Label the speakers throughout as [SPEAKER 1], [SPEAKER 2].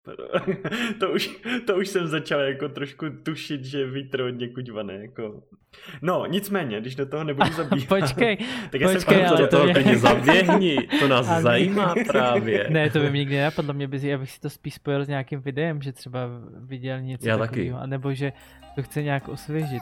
[SPEAKER 1] To už jsem začal jako trošku tušit, že vítr od někud vane, jako. No, nicméně, když do toho nebudu zabíhat.
[SPEAKER 2] Počkej,
[SPEAKER 3] ale do toho klidně zaběhni, to nás zajímá právě.
[SPEAKER 2] Ne, to by mě nikdy nenapadlo, já bych si to spíš spojil s nějakým videem, že třeba viděl něco takového, anebo že to chce nějak osvěžit.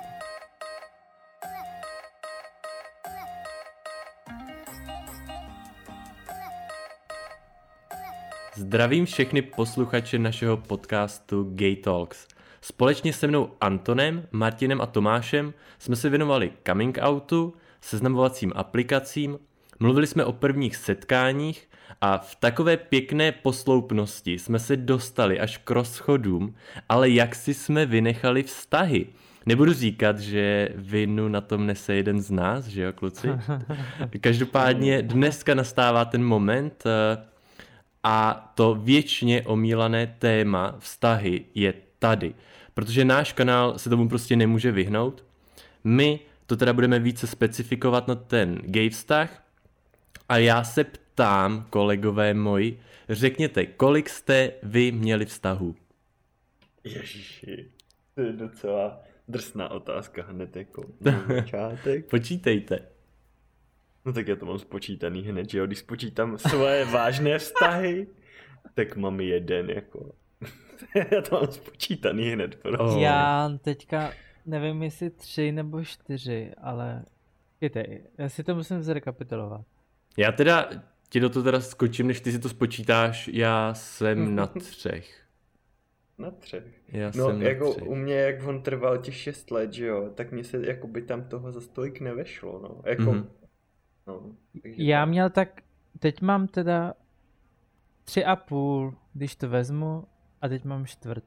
[SPEAKER 3] Zdravím všechny posluchače našeho podcastu Gay Talks. Společně se mnou Antonem, Martinem a Tomášem jsme se věnovali coming outu, seznamovacím aplikacím, mluvili jsme o prvních setkáních a v takové pěkné posloupnosti jsme se dostali až k rozchodům, ale jak si jsme vynechali vztahy. Nebudu říkat, že vinu na tom nese jeden z nás, že jo, kluci? Každopádně dneska nastává ten moment a to věčně omílané téma vztahy je tady. Protože náš kanál se tomu prostě nemůže vyhnout. My to teda budeme více specifikovat na ten gay vztah. A já se ptám, kolegové moji, řekněte, kolik jste vy měli vztahů?
[SPEAKER 1] Ježiši, to je docela drsná otázka hned jako na začátek.
[SPEAKER 3] Počítejte.
[SPEAKER 1] No tak já to mám spočítaný hned, že jo, když spočítám svoje vážné vztahy, tak mám jeden jako. Já to mám spočítaný hned.
[SPEAKER 2] Prostě. Já teďka nevím, jestli 3 nebo 4, ale já si to musím zrekapitulovat.
[SPEAKER 3] Já teda ti do toho teda skočím, než ty si to spočítáš, já jsem na 3.
[SPEAKER 1] Na 3.
[SPEAKER 3] Já
[SPEAKER 1] no
[SPEAKER 3] jsem
[SPEAKER 1] jako
[SPEAKER 3] na 3.
[SPEAKER 1] U mě, jak on trval těch 6 let, že jo, tak mně se jako by tam toho za stolik nevešlo, no. Jako, no,
[SPEAKER 2] já měl tak, teď mám teda 3,5, když to vezmu, a teď mám 4.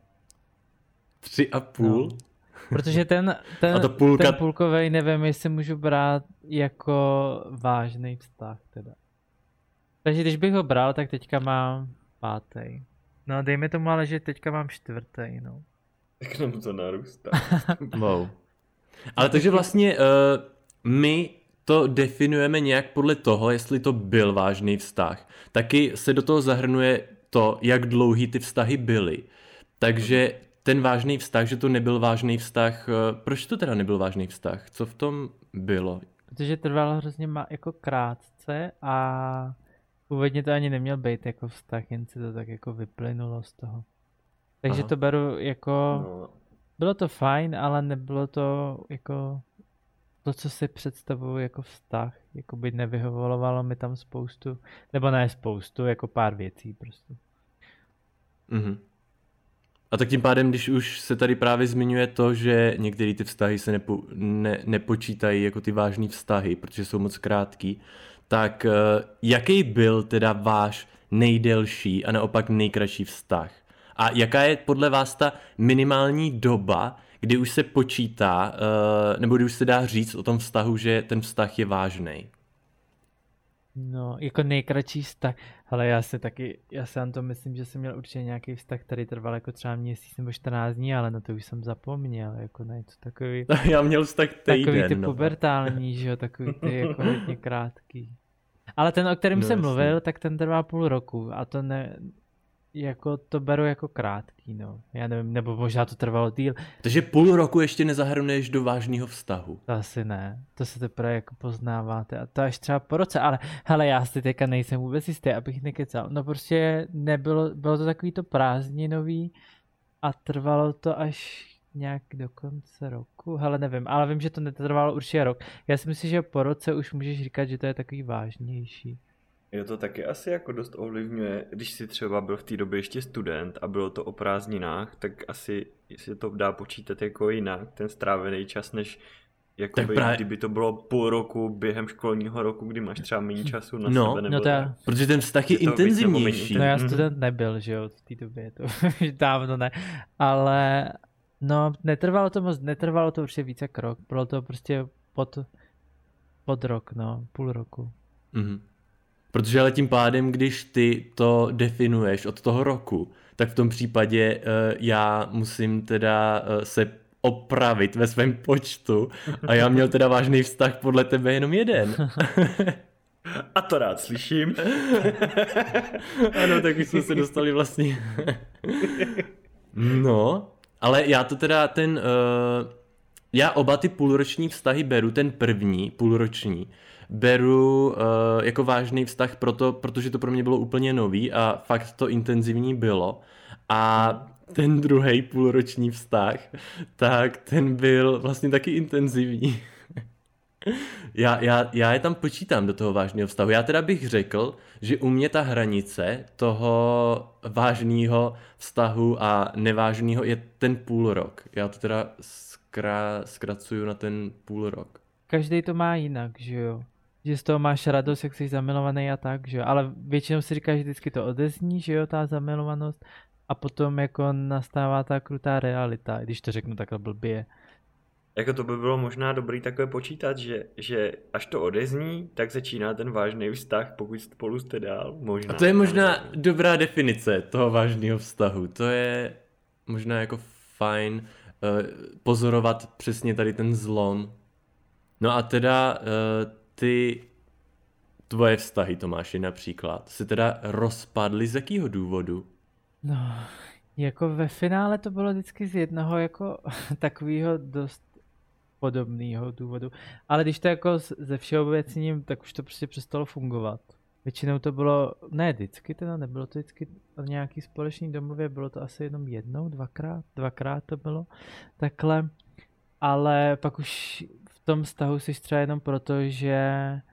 [SPEAKER 3] 3,5?
[SPEAKER 2] No. Protože ten půlkovej nevím, jestli můžu brát jako vážný vztah teda. Takže když bych ho bral, tak teďka mám 5. No dejme tomu ale, že teďka mám 4. no.
[SPEAKER 1] Tak nám to narůstá.
[SPEAKER 3] Wow. Ale takže vlastně my to definujeme nějak podle toho, jestli to byl vážný vztah. Taky se do toho zahrnuje to, jak dlouhý ty vztahy byly. Takže ten vážný vztah, že to nebyl vážný vztah, proč to teda nebyl vážný vztah? Co v tom bylo?
[SPEAKER 2] Protože trvalo hrozně jako krátce a původně to ani neměl být jako vztah, jen se to tak jako vyplynulo z toho. Takže to beru jako, bylo to fajn, ale nebylo to jako to, co si představuju jako vztah. Jako by nevyhovovalo mi tam spoustu, nebo ne spoustu, jako pár věcí prostě.
[SPEAKER 3] Mhm. A tak tím pádem, když už se tady právě zmiňuje to, že některé ty vztahy se nepočítají jako ty vážný vztahy, protože jsou moc krátký, tak jaký byl teda váš nejdelší a naopak nejkratší vztah? A jaká je podle vás ta minimální doba, kdy už se počítá, nebo kdy už se dá říct o tom vztahu, že ten vztah je vážný?
[SPEAKER 2] No, jako nejkratší vztah. Hele, já si na to myslím, že jsem měl určitě nějaký vztah, který trval jako třeba měsíc nebo 14 dní, ale no to už jsem zapomněl, jako něco takový.
[SPEAKER 3] Já měl vztah týden.
[SPEAKER 2] Takový ty pubertální, že jo, takový ty jako hodně krátký. Ale ten, o kterém jsem mluvil, tak ten trvá 0,5 roku a to ne, jako to beru jako krátký, no. Já nevím, nebo možná to trvalo díl.
[SPEAKER 3] Takže 0,5 roku ještě nezahrnuješ do vážného vztahu.
[SPEAKER 2] To asi ne, to se teprve jako poznáváte a to až třeba po roce, ale hele, já si teďka nejsem vůbec jistý, abych nekecal. No prostě bylo to takový to prázdninový a trvalo to až nějak do konce roku, hele nevím, ale vím, že to netrvalo určitě rok. Já si myslím, že po roce už můžeš říkat, že to je takový vážnější.
[SPEAKER 1] Jo, to taky asi jako dost ovlivňuje, když si třeba byl v té době ještě student a bylo to o prázdninách, tak asi se to dá počítat jako jinak, ten strávený čas, než jakoby, kdyby to bylo 0,5 roku během školního roku, kdy máš třeba méně času na sebe, nebo
[SPEAKER 3] protože ten vztah je intenzivnější.
[SPEAKER 2] No já student nebyl, že jo, v té době, to už dávno ne, ale no netrvalo to určitě více jak rok, bylo to prostě pod rok, no, 0,5 roku.
[SPEAKER 3] Mhm. Protože ale tím pádem, když ty to definuješ od toho roku, tak v tom případě já musím teda se opravit ve svém počtu a já měl teda vážný vztah podle tebe jenom jeden.
[SPEAKER 1] A to rád slyším.
[SPEAKER 3] Ano, tak už jsme se dostali vlastně No, ale já to teda já oba ty půlroční vztahy beru, ten první půlroční, beru jako vážný vztah protože to pro mě bylo úplně nový a fakt to intenzivní bylo. A ten druhý půlroční vztah, tak ten byl vlastně taky intenzivní. Já je tam počítám do toho vážného vztahu. Já teda bych řekl, že u mě ta hranice toho vážného vztahu a nevážného je ten půl rok. Já to teda zkracuju na ten půl rok.
[SPEAKER 2] Každý to má jinak, že jo? Že z toho máš radost, jak jsi zamilovaný a tak, že jo? Ale většinou si říkáš, že vždycky to odezní, že jo, ta zamilovanost. A potom jako nastává ta krutá realita, když to řeknu takhle blbě.
[SPEAKER 1] Jako to by bylo možná dobrý takové počítat, že až to odezní, tak začíná ten vážný vztah, pokud spolu jste dál, možná.
[SPEAKER 3] A to je možná dobrá definice toho vážného vztahu. To je možná jako fajn pozorovat přesně tady ten zlom. No a teda ty tvoje vztahy, Tomáši, například, se teda rozpadly z jakého důvodu?
[SPEAKER 2] No, jako ve finále to bylo vždycky z jednoho jako takového dost podobného důvodu. Ale když to jako ze všeobecním, tak už to prostě přestalo fungovat. Většinou to bylo, ne vždycky teda, nebylo to vždycky v nějaký společný domluvě, bylo to asi jenom jednou, dvakrát to bylo takhle. Ale pak už v tom vztahu jsi třeba jenom proto, že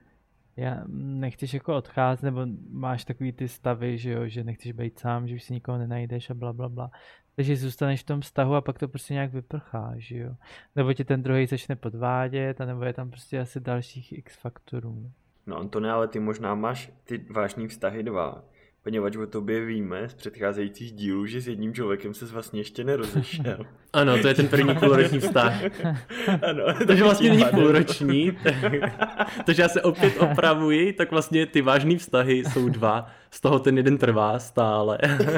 [SPEAKER 2] nechceš jako odcházet, nebo máš takový ty stavy, že jo, že nechceš být sám, že už si nikoho nenajdeš a blablabla. Takže zůstaneš v tom vztahu a pak to prostě nějak vyprchá, že jo. Nebo tě ten druhý začne podvádět, anebo je tam prostě asi dalších x faktorů.
[SPEAKER 1] No Antone, ale ty možná máš ty vážný vztahy 2, poněvadž o tobě víme z předcházejících dílů, že s jedním člověkem ses vlastně ještě nerozešel.
[SPEAKER 3] Ano, to je ten první půlroční vztah.
[SPEAKER 1] Ano,
[SPEAKER 3] takže vlastně není půlroční, takže já se opět opravuji, tak vlastně ty vážný vztahy jsou 2, z toho ten jeden trvá stále.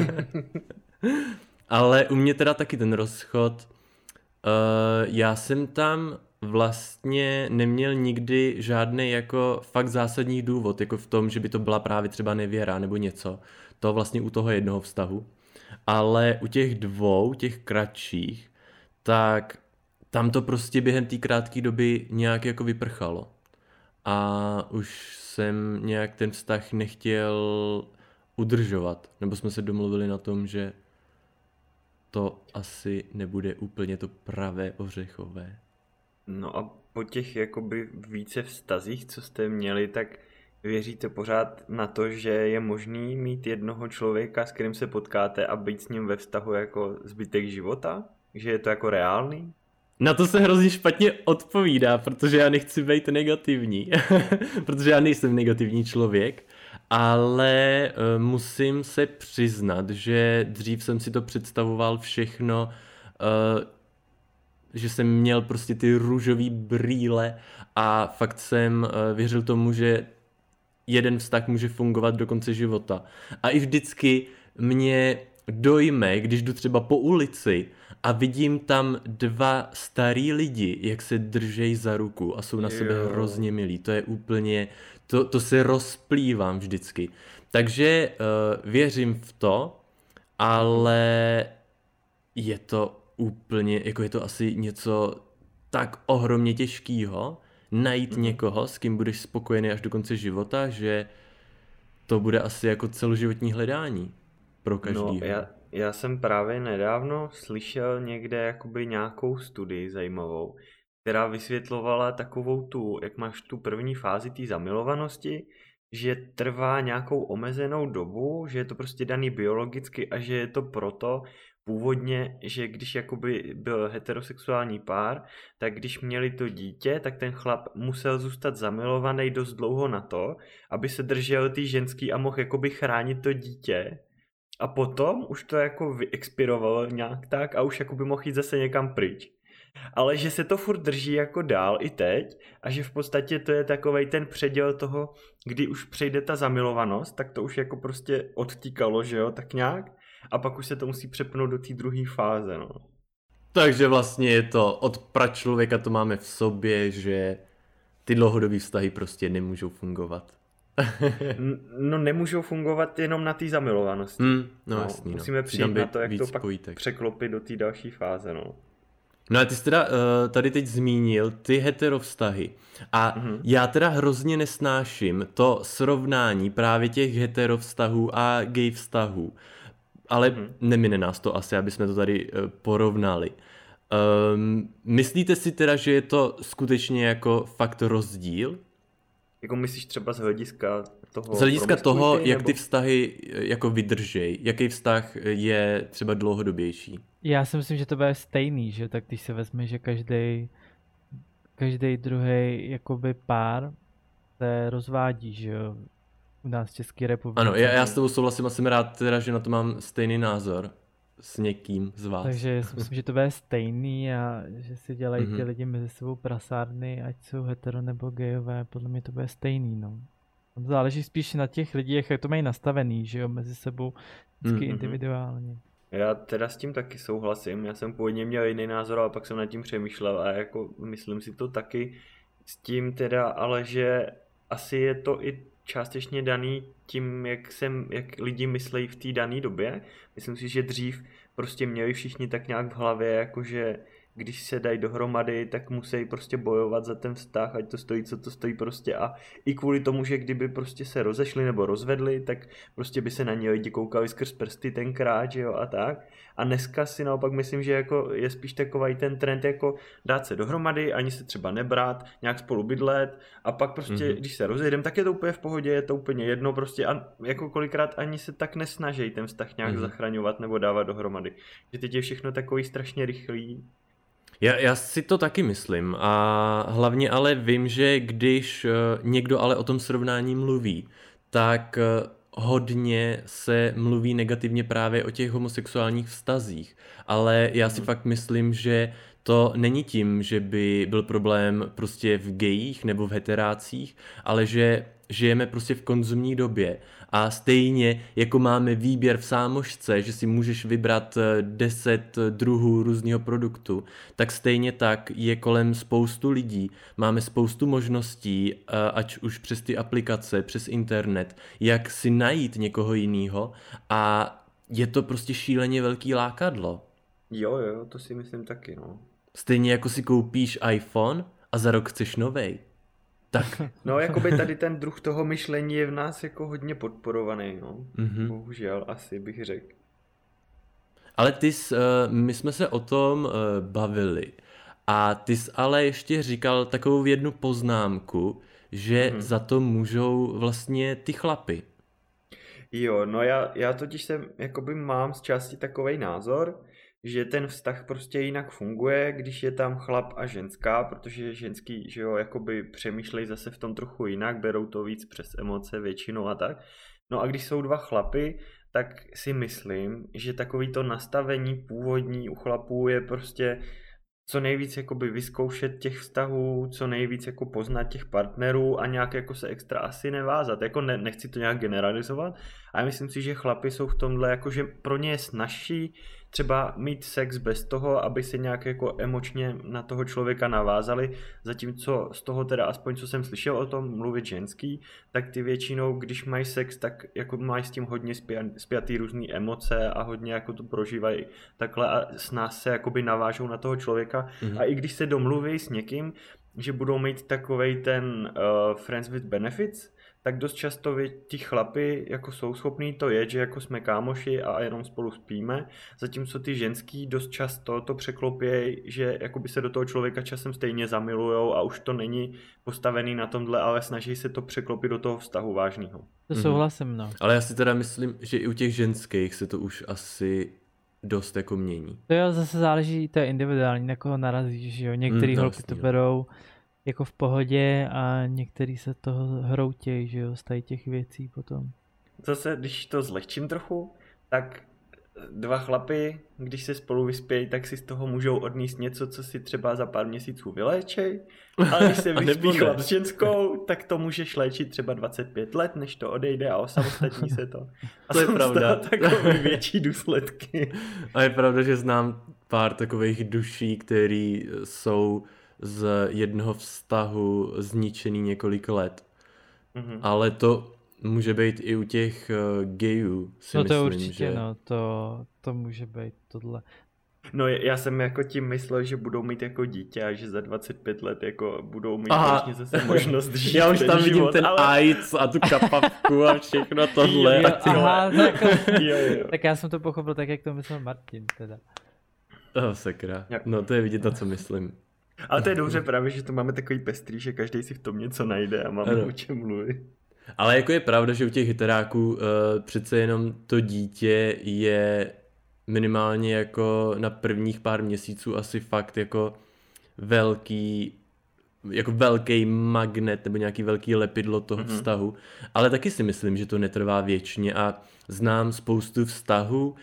[SPEAKER 3] Ale u mě teda taky ten rozchod, já jsem tam vlastně neměl nikdy žádný jako fakt zásadní důvod, jako v tom, že by to byla právě třeba nevěra nebo něco. To vlastně u toho jednoho vztahu. Ale u těch 2, těch kratších, tak tam to prostě během té krátké doby nějak jako vyprchalo. A už jsem nějak ten vztah nechtěl udržovat. Nebo jsme se domluvili na tom, že to asi nebude úplně to pravé ořechové.
[SPEAKER 1] No a po těch jakoby více vztazích, co jste měli, tak věříte pořád na to, že je možný mít jednoho člověka, s kterým se potkáte a být s ním ve vztahu jako zbytek života? Že je to jako reálný?
[SPEAKER 3] Na to se hrozně špatně odpovídá, protože já nechci být negativní, protože já nejsem negativní člověk, ale musím se přiznat, že dřív jsem si to představoval všechno, že jsem měl prostě ty růžový brýle a fakt jsem věřil tomu, že jeden vztah může fungovat do konce života. A i vždycky mě dojme, když jdu třeba po ulici a vidím tam 2 starý lidi, jak se držejí za ruku a jsou na sebe hrozně milí. To je úplně, to se rozplývám vždycky. Takže věřím v to, ale je to úplně, jako je to asi něco tak ohromně těžkýho, najít někoho, s kým budeš spokojený až do konce života, že to bude asi jako celoživotní hledání pro každýho.
[SPEAKER 1] No, já jsem právě nedávno slyšel někde jakoby nějakou studii zajímavou, která vysvětlovala takovou tu, jak máš tu první fázi té zamilovanosti, že trvá nějakou omezenou dobu, že je to prostě daný biologicky a že je to proto původně, že když jakoby byl heterosexuální pár, tak když měli to dítě, tak ten chlap musel zůstat zamilovaný dost dlouho na to, aby se držel tý ženský a mohl jakoby chránit to dítě. A potom už to jako vyexpirovalo nějak tak a už jakoby mohl jít zase někam pryč. Ale že se to furt drží jako dál i teď a že v podstatě to je takovej ten předěl toho, kdy už přejde ta zamilovanost, tak to už jako prostě odtíkalo, že jo, tak nějak. A pak už se to musí přepnout do té druhé fáze, no.
[SPEAKER 3] Takže vlastně je to od pračlověka to máme v sobě, že ty dlouhodobý vztahy prostě nemůžou fungovat.
[SPEAKER 1] No nemůžou fungovat jenom na té zamilovanosti.
[SPEAKER 3] No jasný,
[SPEAKER 1] musíme přijít na to, jak to pak překlopit do té další fáze, no.
[SPEAKER 3] No a ty jsi teda tady teď zmínil ty heterovztahy a já teda hrozně nesnáším to srovnání právě těch heterovztahů a gay vztahů, ale nemine nás to asi, aby jsme to tady porovnali. Myslíte si teda, že je to skutečně jako fakt rozdíl?
[SPEAKER 1] Jako myslíš třeba z hlediska toho...
[SPEAKER 3] Z hlediska toho, jak ty vztahy jako vydržej, jaký vztah je třeba dlouhodobější?
[SPEAKER 2] Já si myslím, že to bude stejný, že tak když se vezme, že každý druhý jakoby pár se rozvádí, že jo, u nás v České republice.
[SPEAKER 3] Ano, já s tebou souhlasím a jsem rád teda, že na to mám stejný názor s někým z vás.
[SPEAKER 2] Takže já si myslím, že to bude stejný a že si dělají ty lidi mezi sebou prasárny, ať jsou hetero nebo gayové, podle mě to bude stejný, no. Tam záleží spíš na těch lidích, jak to mají nastavený, že jo, mezi sebou vždycky individuálně.
[SPEAKER 1] Já teda s tím taky souhlasím, já jsem původně měl jiný názor, ale pak jsem nad tím přemýšlel a jako myslím si to taky s tím teda, ale že asi je to i částečně daný tím, jak lidi myslejí v té dané době. Myslím si, že dřív prostě měli všichni tak nějak v hlavě, jakože když se dají dohromady, tak musí prostě bojovat za ten vztah, ať to stojí, co to stojí prostě a i kvůli tomu, že kdyby prostě se rozešli nebo rozvedli, tak prostě by se na ně lidi koukali skrz prsty tenkrát, že jo, a tak. A dneska si naopak myslím, že jako je spíš takový ten trend jako dát se dohromady, ani se třeba nebrát, nějak spolu bydlet a pak prostě, když se rozejdem, tak je to úplně v pohodě, je to úplně jedno prostě a jako kolikrát ani se tak nesnaží ten vztah nějak zachraňovat nebo dávat dohromady. Že teď je všechno takový strašně rychlý.
[SPEAKER 3] Já si to taky myslím a hlavně ale vím, že když někdo ale o tom srovnání mluví, tak hodně se mluví negativně právě o těch homosexuálních vztazích, ale já si fakt myslím, že to není tím, že by byl problém prostě v gejích nebo v heterácích, ale že žijeme prostě v konzumní době a stejně jako máme výběr v sámošce, že si můžeš vybrat 10 druhů různého produktu, tak stejně tak je kolem spoustu lidí, máme spoustu možností, ať už přes ty aplikace, přes internet, jak si najít někoho jiného a je to prostě šíleně velký lákadlo.
[SPEAKER 1] Jo, to si myslím taky, no.
[SPEAKER 3] Stejně jako si koupíš iPhone a za rok chceš novej. Tak.
[SPEAKER 1] No, jakoby tady ten druh toho myšlení je v nás jako hodně podporovaný, no. Bohužel, asi bych řekl.
[SPEAKER 3] Ale my jsme se o tom bavili a ty jsi ale ještě říkal takovou jednu poznámku, že za to můžou vlastně ty chlapy.
[SPEAKER 1] Jo, no já totiž jakoby mám z části takovej názor, že ten vztah prostě jinak funguje, když je tam chlap a ženská, protože ženský, že jo, jakoby přemýšlejí zase v tom trochu jinak, berou to víc přes emoce většinou a tak. No a když jsou dva chlapy, tak si myslím, že takový to nastavení původní u chlapů je prostě co nejvíc jakoby vyzkoušet těch vztahů, co nejvíc jako poznat těch partnerů a nějak jako se extra asi nevázat. Jako nechci to nějak generalizovat, ale myslím si, že chlapi jsou v tomhle jako, že pro ně je snazší třeba mít sex bez toho, aby se nějak jako emočně na toho člověka navázali, zatímco z toho teda aspoň co jsem slyšel o tom mluvit ženský, tak ty většinou, když mají sex, tak jako mají s tím hodně spjatý různý emoce a hodně jako to prožívají takhle a s nás se jakoby navážou na toho člověka a i když se domluví s někým, že budou mít takovej ten friends with benefits, tak dost často ti chlapi jako jsou schopní to jet, že jako jsme kámoši a jenom spolu spíme, zatímco ty ženský dost často to překlopějí, že jakoby se do toho člověka časem stejně zamilujou a už to není postavený na tomhle, ale snaží se to překlopit do toho vztahu vážného.
[SPEAKER 2] To souhlasím, no.
[SPEAKER 3] Ale já si teda myslím, že i u těch ženských se to už asi dost jako mění.
[SPEAKER 2] To jo, zase záleží, to je individuální, na koho narazíš, že jo, některý holky to berou jako v pohodě a některý se toho hroutějí, že jo, z těch věcí potom.
[SPEAKER 1] Zase, když to zlehčím trochu, tak dva chlapy, když se spolu vyspějí, tak si z toho můžou odníst něco, co si třeba za pár měsíců vyléčej, ale když se vyspí chlap s ženskou, tak to můžeš léčit třeba 25 let, než to odejde a osamostatní se to. A
[SPEAKER 3] to je pravda.
[SPEAKER 1] Takové větší důsledky.
[SPEAKER 3] A je pravda, že znám pár takových duší, který jsou z jednoho vztahu zničený několik let. Ale to může být i u těch gayů, si
[SPEAKER 2] no to
[SPEAKER 3] myslím,
[SPEAKER 2] určitě,
[SPEAKER 3] že...
[SPEAKER 2] no, to může být tohle.
[SPEAKER 1] No já jsem jako tím myslel, že budou mít jako dítě a že za 25 let jako budou mít vlastně zase možnost žít.
[SPEAKER 3] Já už tam vidím
[SPEAKER 1] život,
[SPEAKER 3] ten
[SPEAKER 1] ale...
[SPEAKER 3] AIDS a tu kapavku a všechno tohle.
[SPEAKER 2] Tak já jsem to pochopil tak, jak to myslel Martin teda.
[SPEAKER 3] Sakra. No to je vidět, na co myslím.
[SPEAKER 1] Ale to je dobře právě, že to máme takový pestrý, že každý si v tom něco najde a máme o čem mluvit.
[SPEAKER 3] Ale jako je pravda, že u těch heteráků přece jenom to dítě je minimálně jako na prvních pár měsíců asi fakt jako velký magnet nebo nějaký velký lepidlo toho vztahu, ale taky si myslím, že to netrvá věčně a znám spoustu vztahů,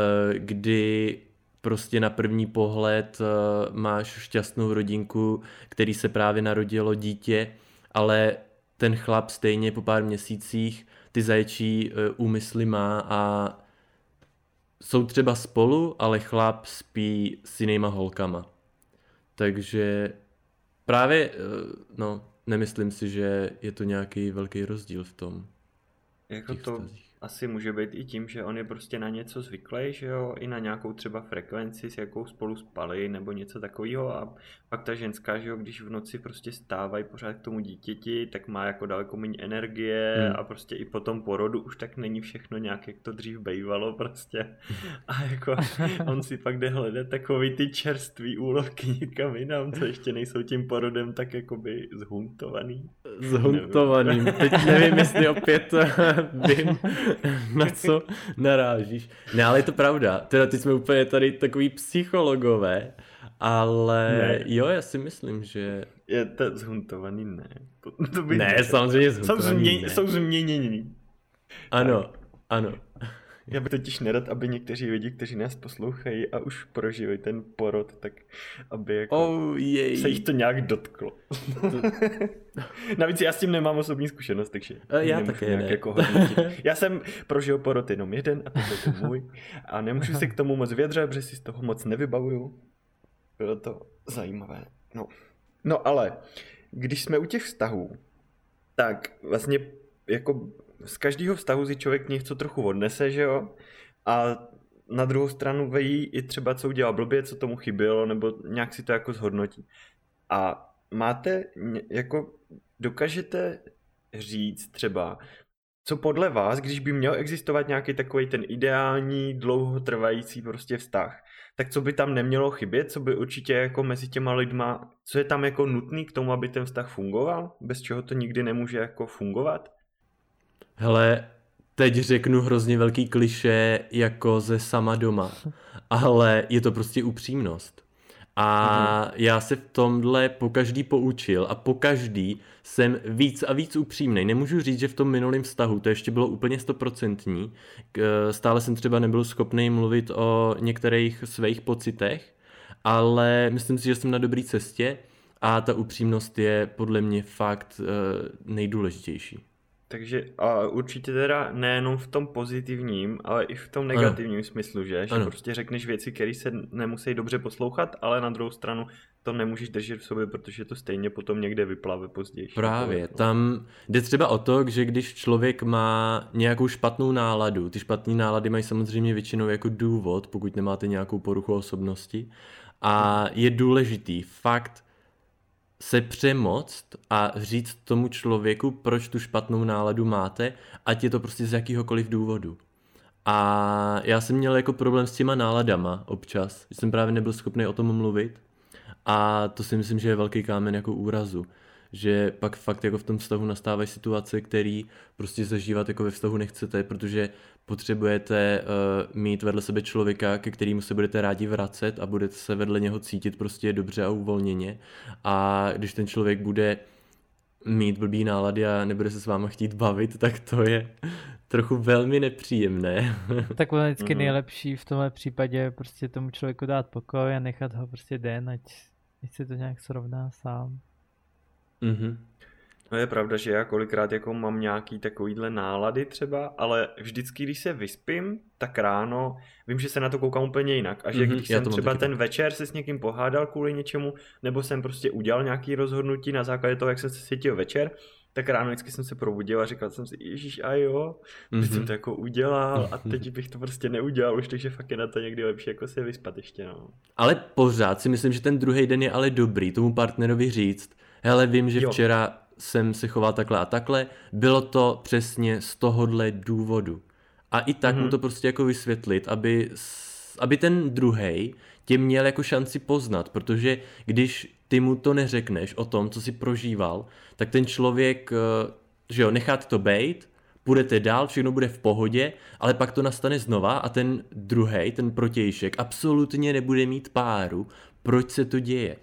[SPEAKER 3] kdy prostě na první pohled máš šťastnou rodinku, který se právě narodilo dítě, ale ten chlap stejně po pár měsících ty zaječí úmysly má a jsou třeba spolu, ale chlap spí s jinýma holkama. Takže právě, nemyslím si, že je to nějaký velký rozdíl v tom.
[SPEAKER 1] Jako to vztazích. Asi může být i tím, že on je prostě na něco zvyklý, že jo, i na nějakou třeba frekvenci, s jakou spolu spali, nebo něco takového a pak ta ženská, že jo, když v noci prostě stávají pořád k tomu dítěti, tak má jako daleko méně energie a prostě i po tom porodu už tak není všechno nějak, jak to dřív bejvalo prostě a jako on si pak jde hledat takový ty čerstvý úlovky někam jinam, co ještě nejsou tím porodem tak jakoby zhuntovaný.
[SPEAKER 3] Zhuntovaným, teď nevím, jestli opět vím, na co narážíš. Ne, ale je to pravda. Teda teď jsme úplně tady takový psychologové, ale ne. Jo, já si myslím, že...
[SPEAKER 1] Je to zhuntovaný, ne. To by
[SPEAKER 3] ne, samozřejmě zhuntovaný,
[SPEAKER 1] Jsou změnění.
[SPEAKER 3] Ano, ano.
[SPEAKER 1] Já bych totiž nerad, aby někteří lidi, kteří nás poslouchají a už prožili ten porod, tak aby jako se jich to nějak dotklo. Navíc já s tím nemám osobní zkušenost, takže
[SPEAKER 3] já také
[SPEAKER 1] nějak jako hodnotit. Já jsem prožil porod jenom jeden a to je můj a nemůžu se k tomu moc vyjadřovat, protože si z toho moc nevybavuju. Bylo to zajímavé. No ale, když jsme u těch vztahů, tak vlastně jako z každého vztahu si člověk něco trochu odnese, že jo? A na druhou stranu vejí i třeba, co udělal blbě, co tomu chybělo, nebo nějak si to jako zhodnotí. A máte, jako dokážete říct třeba, co podle vás, když by měl existovat nějaký takový ten ideální, dlouhotrvající prostě vztah, tak co by tam nemělo chybět, co by určitě jako mezi těma lidma, co je tam jako nutný k tomu, aby ten vztah fungoval, bez čeho to nikdy nemůže jako fungovat?
[SPEAKER 3] Hele, teď řeknu hrozně velký klišé jako ze Sama doma, ale je to prostě upřímnost. A já se v tomhle pokaždý poučil a pokaždý jsem víc a víc upřímnej. Nemůžu říct, že v tom minulém vztahu to ještě bylo úplně 100%. Stále jsem třeba nebyl schopný mluvit o některých svých pocitech, ale myslím si, že jsem na dobré cestě a ta upřímnost je podle mě fakt nejdůležitější.
[SPEAKER 1] Takže a určitě teda nejenom v tom pozitivním, ale i v tom negativním smyslu, že prostě řekneš věci, které se nemusí dobře poslouchat, ale na druhou stranu to nemůžeš držet v sobě, protože to stejně potom někde vyplave později.
[SPEAKER 3] Právě, tam jde třeba o to, že když člověk má nějakou špatnou náladu, ty špatné nálady mají samozřejmě většinou jako důvod, pokud nemáte nějakou poruchu osobnosti, a je důležitý fakt se přemoct a říct tomu člověku, proč tu špatnou náladu máte, ať je to prostě z jakýhokoliv důvodu. A já jsem měl jako problém s těma náladama občas, že jsem právě nebyl schopný o tom mluvit a to si myslím, že je velký kámen jako úrazu. Že pak fakt jako v tom vztahu nastávají situace, které prostě zažívat jako ve vztahu nechcete, protože potřebujete mít vedle sebe člověka, ke kterému se budete rádi vracet a budete se vedle něho cítit prostě dobře a uvolněně. A když ten člověk bude mít blbý nálady a nebude se s váma chtít bavit, tak to je trochu velmi nepříjemné.
[SPEAKER 2] Tak ono vždycky nejlepší v tomhle případě prostě tomu člověku dát pokoj a nechat ho prostě den, ať si to nějak srovná sám.
[SPEAKER 1] No je pravda, že já kolikrát jako mám nějaký takovýhle nálady třeba, ale vždycky, když se vyspím, tak ráno vím, že se na to koukám úplně jinak a že když jsem třeba ten večer se s někým pohádal kvůli něčemu, nebo jsem prostě udělal nějaký rozhodnutí na základě toho, jak jsem se cítil večer, tak ráno vždycky jsem se probudil a říkal jsem si, ježíš a jo, teď jsem to jako udělal a teď bych to prostě neudělal už, takže fakt je na to někdy lepší jako se vyspat ještě, no.
[SPEAKER 3] Ale pořád si myslím, že ten druhý den je ale dobrý tomu partnerovi říct, hele, vím, že včera jsem se choval takhle a takhle, bylo to přesně z tohohle důvodu. A i tak mu to prostě jako vysvětlit, aby ten druhej tě měl jako šanci poznat, protože když ty mu to neřekneš o tom, co jsi prožíval, tak ten člověk, že jo, necháte to bejt, půjdete dál, všechno bude v pohodě, ale pak to nastane znova a ten druhej, ten protějšek, absolutně nebude mít páru, proč se to děje.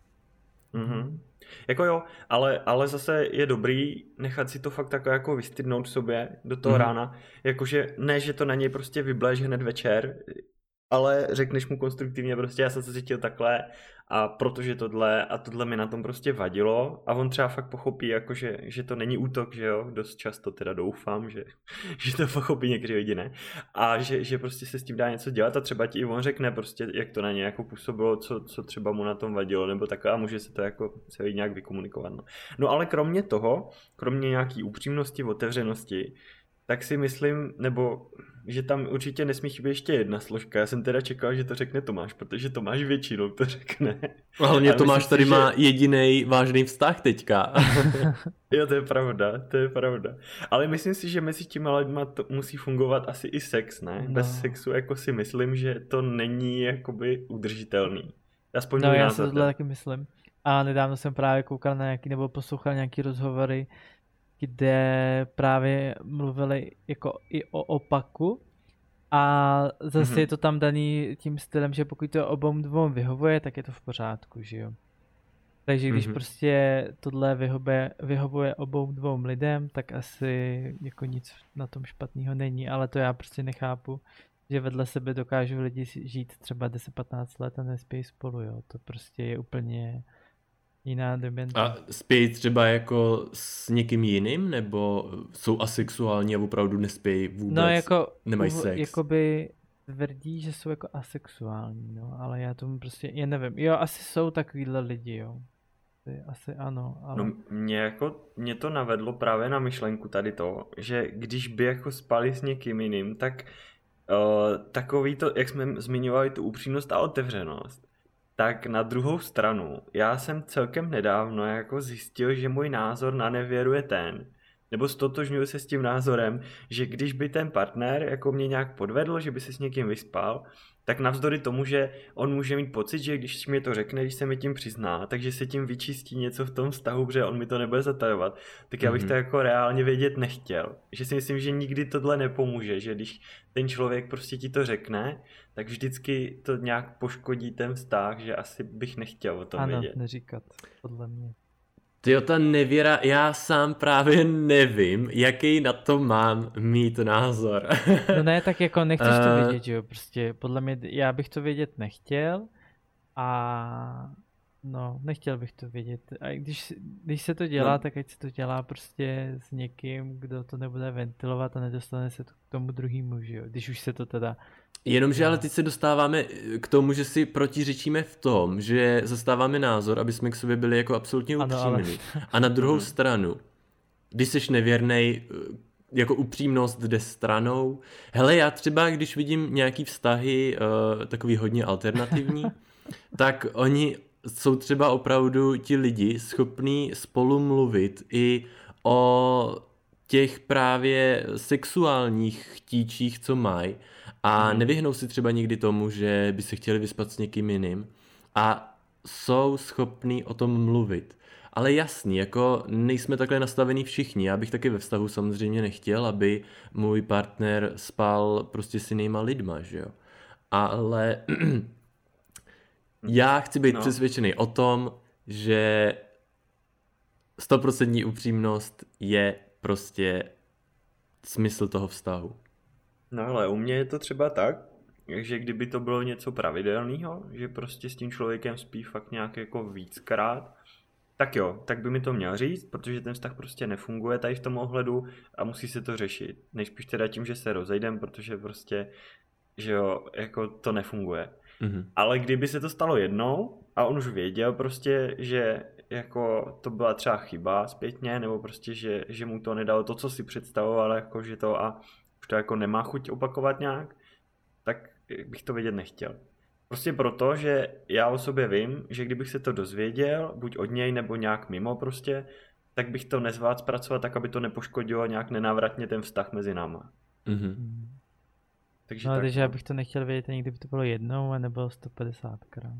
[SPEAKER 1] Jako jo, ale zase je dobrý nechat si to fakt tak jako vystydnout sobě do toho rána, jakože ne, že to na něj prostě vybleješ hned večer, ale řekneš mu konstruktivně prostě já jsem se cítil takhle a protože tohle a tohle mi na tom prostě vadilo a on třeba fakt pochopí jakože, že to není útok, že jo, dost často teda doufám, že to pochopí někdy lidi, ne? A že prostě se s tím dá něco dělat a třeba ti i on řekne prostě, jak to na ně jako působilo, co třeba mu na tom vadilo nebo takhle a může se to jako celý nějak vykomunikovat. No ale kromě toho, kromě nějaký upřímnosti, otevřenosti, tak si myslím, nebo že tam určitě nesmí chybět ještě jedna složka. Já jsem teda čekal, že to řekne Tomáš, protože Tomáš většinou to řekne.
[SPEAKER 3] Hlavně Tomáš tady má jedinej vážný vztah teďka.
[SPEAKER 1] Jo, to je pravda. Ale myslím si, že mezi těma lidma to musí fungovat asi i sex, ne? No. Bez sexu jako si myslím, že to není jakoby udržitelný. Aspoň
[SPEAKER 2] no, já si tohle taky myslím. A nedávno jsem právě koukal na nějaký, nebo poslouchal nějaký rozhovory, kde právě mluvili jako i o opaku a zase je to tam daný tím stylem, že pokud to obou dvou vyhovuje, tak je to v pořádku, že jo. Takže když prostě tohle vyhovuje obou dvou lidem, tak asi jako nic na tom špatného není, ale to já prostě nechápu, že vedle sebe dokážou lidi žít třeba 10-15 let a nespějí spolu, jo. To prostě je úplně jiná demence.
[SPEAKER 3] A spějí třeba jako s někým jiným, nebo jsou asexuální a opravdu nespějí vůbec?
[SPEAKER 2] No jako,
[SPEAKER 3] nemají sex?
[SPEAKER 2] Jakoby tvrdí, že jsou jako asexuální, no, ale já tomu prostě, já nevím. Jo, asi jsou takovýhle lidi, jo. Asi ano, ale...
[SPEAKER 1] No mě to navedlo právě na myšlenku tady to, že když by jako spali s někým jiným, tak takový to, jak jsme zmiňovali tu upřímnost a otevřenost, tak na druhou stranu, já jsem celkem nedávno jako zjistil, že můj názor na nevěru je ten, nebo stotožňuji se s tím názorem, že když by ten partner jako mě nějak podvedl, že by se s někým vyspal, tak navzdory tomu, že on může mít pocit, že když mi to řekne, když se mi tím přizná, takže se tím vyčistí něco v tom vztahu, protože on mi to nebude zatajovat, tak já bych to jako reálně vědět nechtěl. Že si myslím, že nikdy tohle nepomůže, že když ten člověk prostě ti to řekne, tak vždycky to nějak poškodí ten vztah, že asi bych nechtěl o tom vědět.
[SPEAKER 2] Ano, neříkat, podle mě.
[SPEAKER 3] Tyjo, ta nevěra, já sám právě nevím, jaký na to mám mít názor.
[SPEAKER 2] No ne, tak jako nechceš to vědět, že jo, prostě podle mě, já bych to vědět nechtěl a no, nechtěl bych to vědět. A když se to dělá, tak ať se to dělá prostě s někým, kdo to nebude ventilovat a nedostane se to k tomu druhému, že jo, když už se to teda...
[SPEAKER 3] Jenomže ale teď se dostáváme k tomu, že si protiřečíme v tom, že zastáváme názor, aby jsme k sobě byli jako absolutně upřímní. A na druhou stranu, když jsi nevěrnej, jako upřímnost jde stranou. Hele, já třeba, když vidím nějaký vztahy takový hodně alternativní, tak oni jsou třeba opravdu ti lidi schopní spolu mluvit i o těch právě sexuálních chtíčích, co mají. A nevyhnou si třeba nikdy tomu, že by se chtěli vyspat s někým jiným. A jsou schopní o tom mluvit. Ale jasný, jako nejsme takhle nastavení všichni. Já bych taky ve vztahu samozřejmě nechtěl, aby můj partner spal prostě s jinýma lidma, že jo. Ale já chci být přesvědčený o tom, že 100% upřímnost je prostě smysl toho vztahu.
[SPEAKER 1] No ale u mě je to třeba tak, že kdyby to bylo něco pravidelného, že prostě s tím člověkem spí fakt nějak jako víckrát, tak jo, tak by mi to měl říct, protože ten vztah prostě nefunguje tady v tom ohledu a musí se to řešit. Nejspíš teda tím, že se rozejdem, protože prostě že jo, jako to nefunguje. Ale kdyby se to stalo jednou a on už věděl prostě, že jako to byla třeba chyba zpětně, nebo prostě, že mu to nedalo to, co si představoval, jako že to a už to jako nemá chuť opakovat nějak, tak bych to vědět nechtěl. Prostě proto, že já o sobě vím, že kdybych se to dozvěděl, buď od něj nebo nějak mimo prostě, tak bych to nezvládl zpracovat tak, aby to nepoškodilo nějak nenávratně ten vztah mezi náma.
[SPEAKER 2] Takže no, takže já bych to nechtěl vědět, ani kdyby to bylo jednou a nebylo 150krát.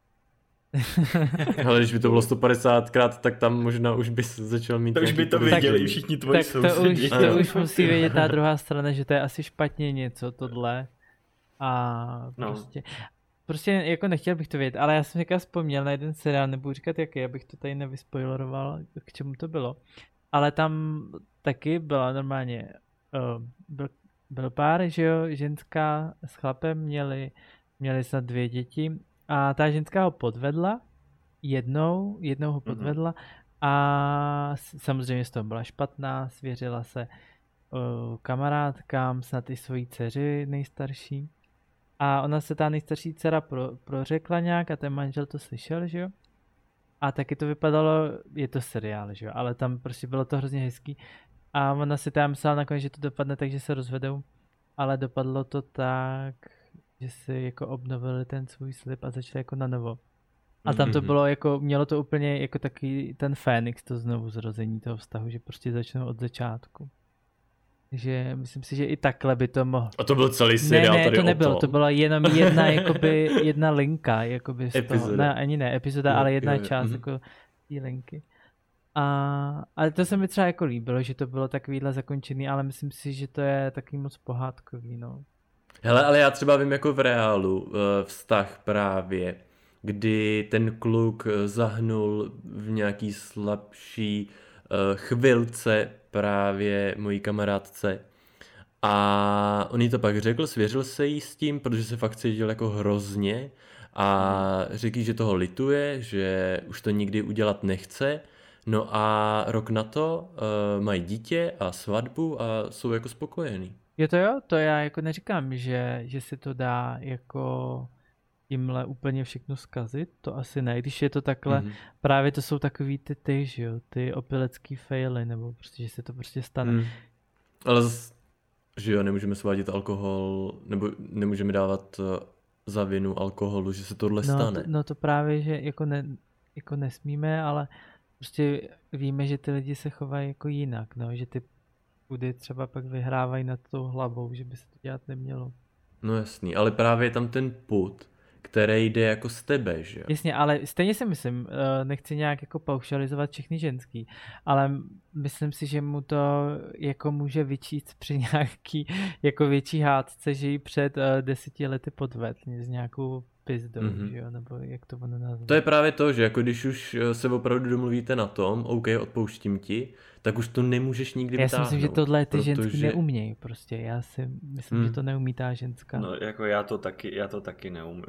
[SPEAKER 3] Ale když by to bylo 150krát, tak tam možná už bys začal mít...
[SPEAKER 1] To už by to věděli všichni tvoji sousedi.
[SPEAKER 2] To už musí vědět ta druhá strana, že to je asi špatně něco, tohle. A prostě jako nechtěl bych to vědět, ale já jsem říkal vzpomněl na jeden seriál, nebudu říkat jaký, abych to tady nevyspoileroval, k čemu to bylo. Ale tam taky byla normálně, byl pár, že jo, ženská s chlapem měli snad 2 děti a ta ženská ho podvedla, jednou ho podvedla a samozřejmě z toho byla špatná, svěřila se kamarádkám, snad i svojí dceři nejstarší. A ona se ta nejstarší dcera prořekla nějak a ten manžel to slyšel, že jo? A taky to vypadalo, je to seriál, že jo? Ale tam prostě bylo to hrozně hezký. A ona si tam myslela nakonec, že to dopadne tak, že se rozvedou. Ale dopadlo to tak, že si jako obnovili ten svůj slib a začali jako na novo. A tam to bylo jako, mělo to úplně jako taky ten Fénix, to znovu zrození toho vztahu, že prostě začnou od začátku. Takže myslím si, že i takhle by to mohlo.
[SPEAKER 3] A to byl celý seriál tady
[SPEAKER 2] to nebylo, to byla jenom jedna linka, jakoby z toho, ne, ani ne epizoda, ale jedna část jako té linky. Ale to se mi třeba jako líbilo, že to bylo takovýhle zakončený, ale myslím si, že to je taky moc pohádkový, no.
[SPEAKER 3] Hele, ale já třeba vím jako v reálu vztah právě, kdy ten kluk zahnul v nějaký slabší chvilce právě mojí kamarádce a on jí to pak řekl, svěřil se jí s tím, protože se fakt cítil jako hrozně a řekl, že toho lituje, že už to nikdy udělat nechce. No a rok na to mají dítě a svatbu a jsou jako spokojení.
[SPEAKER 2] Jo, to já jako neříkám, že se to dá jako tímhle úplně všechno zkazit, to asi ne, když je to takhle, právě to jsou takový ty, že jo, ty opilecký faily, nebo prostě, že se to prostě stane.
[SPEAKER 3] Ale že jo, nemůžeme svádět alkohol, nebo nemůžeme dávat za vinu alkoholu, že se tohle stane.
[SPEAKER 2] No to právě, že jako nesmíme, ale prostě víme, že ty lidi se chovají jako jinak, no, že ty pudy třeba pak vyhrávají nad tou hlavou, že by se to dělat nemělo.
[SPEAKER 3] No jasný, ale právě je tam ten pud, který jde jako z tebe, že jo?
[SPEAKER 2] Jasně, ale stejně si myslím, nechci nějak jako paušalizovat všechny ženský, ale myslím si, že mu to jako může vyčíst při nějaký jako větší hádce, že ji před 10 lety podvedl s nějakou pizdou, že jo, nebo jak to ono nazvat.
[SPEAKER 3] To je právě to, že jako když už se opravdu domluvíte na tom, OK, odpouštím ti, tak už to nemůžeš nikdy vytáhnout.
[SPEAKER 2] Já si myslím, že tohle ty ženský neumějí prostě, já si myslím, že to neumí ta ženská.
[SPEAKER 1] No jako já to taky neumím.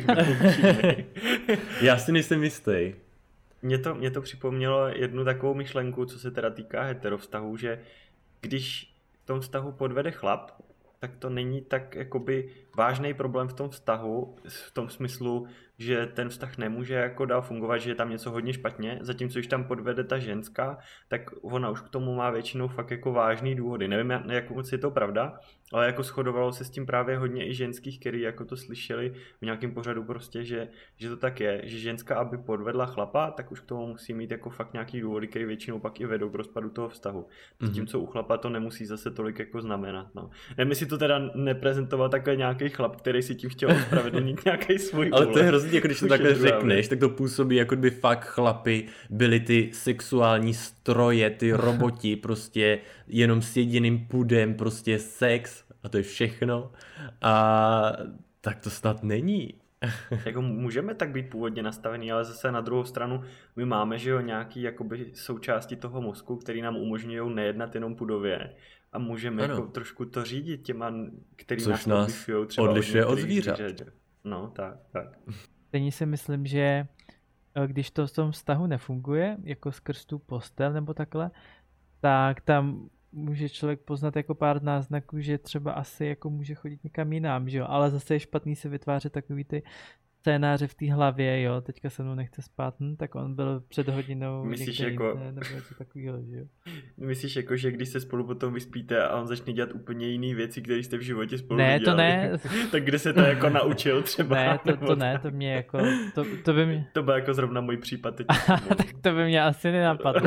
[SPEAKER 3] Já si nejsem jistý.
[SPEAKER 1] Mně to připomnělo jednu takovou myšlenku, co se teda týká heterovztahu, že když v tom vztahu podvede chlap, tak to není tak jakoby vážný problém v tom vztahu, v tom smyslu, že ten vztah nemůže jako dál fungovat, že je tam něco hodně špatně, zatímco když tam podvede ta ženská, tak ona už k tomu má většinou fakt jako vážný důvody. Nevím, jak moc je to pravda, ale jako shodovalo se s tím právě hodně i ženských, který jako to slyšeli v nějakém pořadu prostě, že to tak je, že ženská, aby podvedla chlapa, tak už k tomu musí mít jako fakt nějaký důvody, který většinou pak i vedou k rozpadu toho vztahu. Zatímco u chlapa to nemusí zase tolik jako znamenat. No. Nevím, si to teda neprezentoval takhle nějaký chlap, který si tím chtěl ospravedlnit nějaký svůj
[SPEAKER 3] ale to je hrozně, jako když to takhle řekneš, tak to působí, jako by fakt chlapi byli ty sexuální stroje, ty roboti, prostě jenom s jediným pudem, prostě sex a to je všechno. A tak to snad není.
[SPEAKER 1] Jako můžeme tak být původně nastavený, ale zase na druhou stranu my máme, že jo, nějaký jakoby součásti toho mozku, který nám umožňují nejednat jenom pudově a můžeme jako trošku to řídit těma, který
[SPEAKER 3] nás
[SPEAKER 1] odlišují třeba
[SPEAKER 3] odlišuje od zvířat.
[SPEAKER 1] No, tak.
[SPEAKER 2] Stejně si myslím, že když to v tom vztahu nefunguje, jako skrz tu postel nebo takhle, tak tam může člověk poznat jako pár náznaků, že třeba asi jako může chodit někam jinam, že jo, ale zase je špatný se vytvářet takový ty scénáře v té hlavě, jo, teďka se mnou nechce spát, tak on byl před hodinou
[SPEAKER 1] někde
[SPEAKER 2] jako... jinde, nebo něco takového, že jo.
[SPEAKER 1] Myslíš jako, že když se spolu potom vyspíte a on začne dělat úplně jiný věci, které jste v životě spolu
[SPEAKER 2] ne,
[SPEAKER 1] nedělali,
[SPEAKER 2] to ne.
[SPEAKER 1] Tak kde se to jako naučil třeba?
[SPEAKER 2] Ne, to ne, to mě jako, to by mě...
[SPEAKER 1] To byl jako zrovna můj případ teď.
[SPEAKER 2] Tak to by mě asi nenapadlo.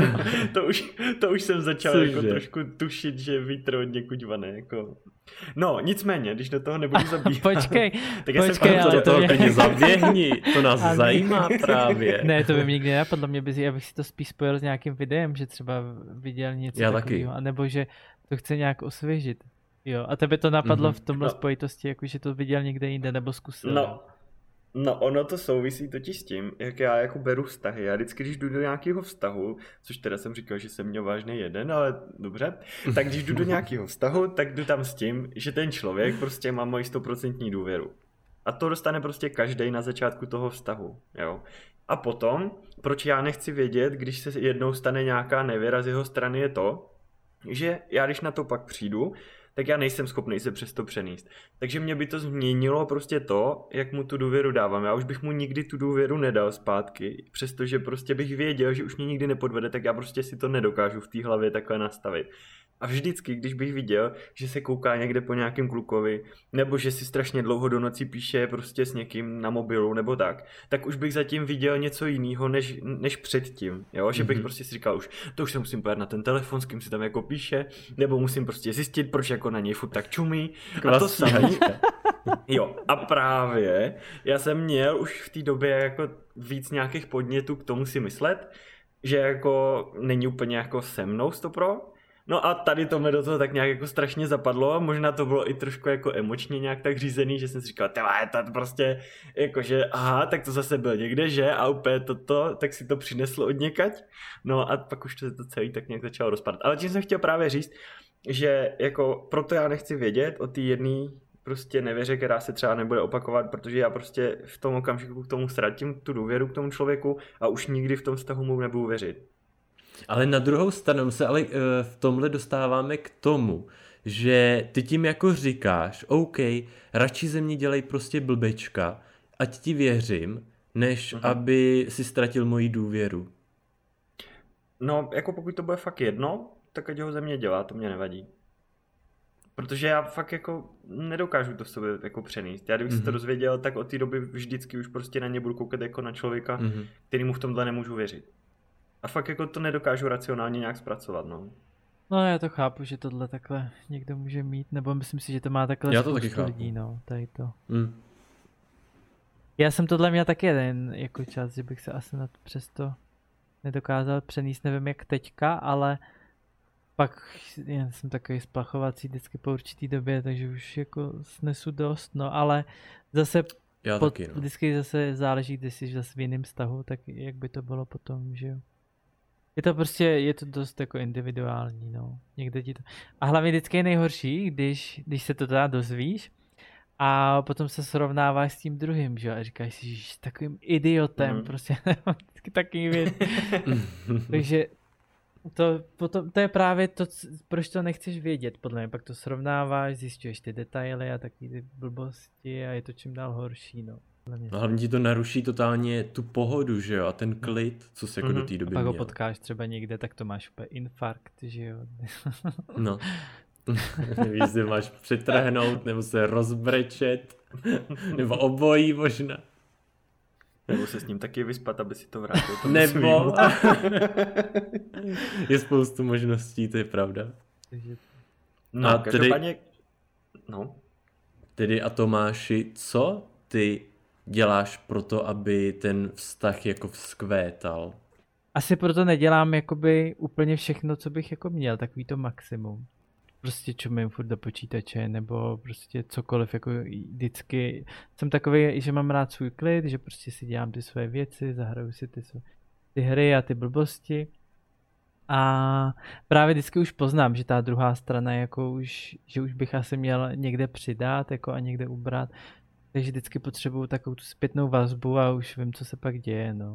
[SPEAKER 1] to už jsem začal jako trošku tušit, že vítr od někud vane, jako... No, nicméně, když do toho nebudu zabíhat.
[SPEAKER 2] Počkej,
[SPEAKER 3] ale do toho klidně zaběhni, to nás zajímá právě.
[SPEAKER 2] Ne, to by mě nikdy nenapadlo, abych si to spíš spojil s nějakým videem, že třeba viděl něco takového, anebo že to chce nějak osvěžit. Jo, a tebe to napadlo v tomhle spojitosti, jako že to viděl někde jinde, nebo zkusil.
[SPEAKER 1] No, ono to souvisí totiž s tím, jak já jako beru vztahy. Já vždycky, když jdu do nějakého vztahu, což teda jsem říkal, že jsem měl vážný jeden, ale dobře, tak když jdu do nějakého vztahu, tak jdu tam s tím, že ten člověk prostě má moji 100% důvěru. A to dostane prostě každej na začátku toho vztahu, jo. A potom, proč já nechci vědět, když se jednou stane nějaká nevěra z jeho strany, je to, že já když na to pak přijdu, tak já nejsem schopný se přes to přenést. Takže mě by to změnilo prostě to, jak mu tu důvěru dávám. Já už bych mu nikdy tu důvěru nedal zpátky, přestože prostě bych věděl, že už mě nikdy nepodvede, tak já prostě si to nedokážu v té hlavě takhle nastavit. A vždycky, když bych viděl, že se kouká někde po nějakém klukovi, nebo že si strašně dlouho do noci píše prostě s někým na mobilu, nebo tak už bych zatím viděl něco jiného, než předtím, jo? Že bych prostě si říkal to už se musím pojít na ten telefon, s kým si tam jako píše, nebo musím prostě zjistit, proč jako na něj furt tak čumí. A to samé. Jo, a právě já jsem měl už v té době jako víc nějakých podnětů k tomu si myslet, že jako není úplně jako se mnou 100%. No a tady to mě do toho tak nějak jako strašně zapadlo a možná to bylo i trošku jako emočně nějak tak řízený, že jsem si říkal, to prostě jakože aha, tak to zase byl někde, že? A úplně tak si to přineslo od někať. No a pak už to celý tak nějak začalo rozpadat. Ale tím jsem chtěl právě říct, že jako proto já nechci vědět o té jedné prostě nevěře, která se třeba nebude opakovat, protože já prostě v tom okamžiku k tomu ztratím tu důvěru k tomu člověku a už nikdy v tom vztahu mu nebudu věřit.
[SPEAKER 3] Ale na druhou stranu se ale v tomhle dostáváme k tomu, že ty tím jako říkáš, OK, radši ze mě dělej prostě blbečka, ať ti věřím, než aby si ztratil moji důvěru.
[SPEAKER 1] No, jako pokud to bude fakt jedno, tak ať ho ze mě dělá, to mě nevadí. Protože já fakt jako nedokážu to v sobě jako přenést. Já kdybych se to dozvěděl, tak od té doby vždycky už prostě na ně budu koukat jako na člověka, kterýmu v tomhle nemůžu věřit. A fakt jako to nedokážu racionálně nějak zpracovat, no.
[SPEAKER 2] No já to chápu, že tohle takhle někdo může mít, nebo myslím si, že to má takhle spoustu lidí, no, tady to. Já jsem tohle měl taky jeden jako čas, že bych se asi přesto nedokázal přenést, nevím jak teďka, ale pak já jsem takový splachovací vždycky po určitý době, takže už jako snesu dost, no, ale zase vždycky zase záleží, když jsi zase v jiném vztahu, tak jak by to bylo potom, že jo. Je to dost jako individuální, no. Někde ti to... A hlavně vždycky je nejhorší, když se to teda dozvíš a potom se srovnáváš s tím druhým, že jo, a říkáš si, že jsi takovým idiotem, prostě vždycky takový věc. Takže to je právě to, proč to nechceš vědět, podle mě. Pak to srovnáváš, zjišťuješ ty detaily a taky ty blbosti a je to čím dál horší, no.
[SPEAKER 3] No hlavně ti to naruší totálně tu pohodu, že jo, a ten klid, co se jako do té doby měl.
[SPEAKER 2] A pak ho potkáš třeba někde, tak to máš úplně infarkt, že jo.
[SPEAKER 3] No. Nevíš, že máš přetrhnout, nebo se rozbrečet, nebo obojí možná.
[SPEAKER 1] Nebo se s ním taky vyspat, aby si to vrátil.
[SPEAKER 3] Nebo je spoustu možností, to je pravda.
[SPEAKER 1] No, a každopádně...
[SPEAKER 3] Tedy a Tomáši, co ty děláš pro to, aby ten vztah jako vzkvétal?
[SPEAKER 2] Asi proto nedělám jakoby úplně všechno, co bych jako měl, takový to maximum. Prostě čumím furt do počítače, nebo prostě cokoliv, jako vždycky jsem takový, že mám rád svůj klid, že prostě si dělám ty své věci, zahraju si ty hry a ty blbosti. A právě vždycky už poznám, že ta druhá strana jako že už bych asi měl někde přidat jako a někde ubrat. Takže vždycky potřebuju takovou tu zpětnou vazbu a už vím, co se pak děje, no.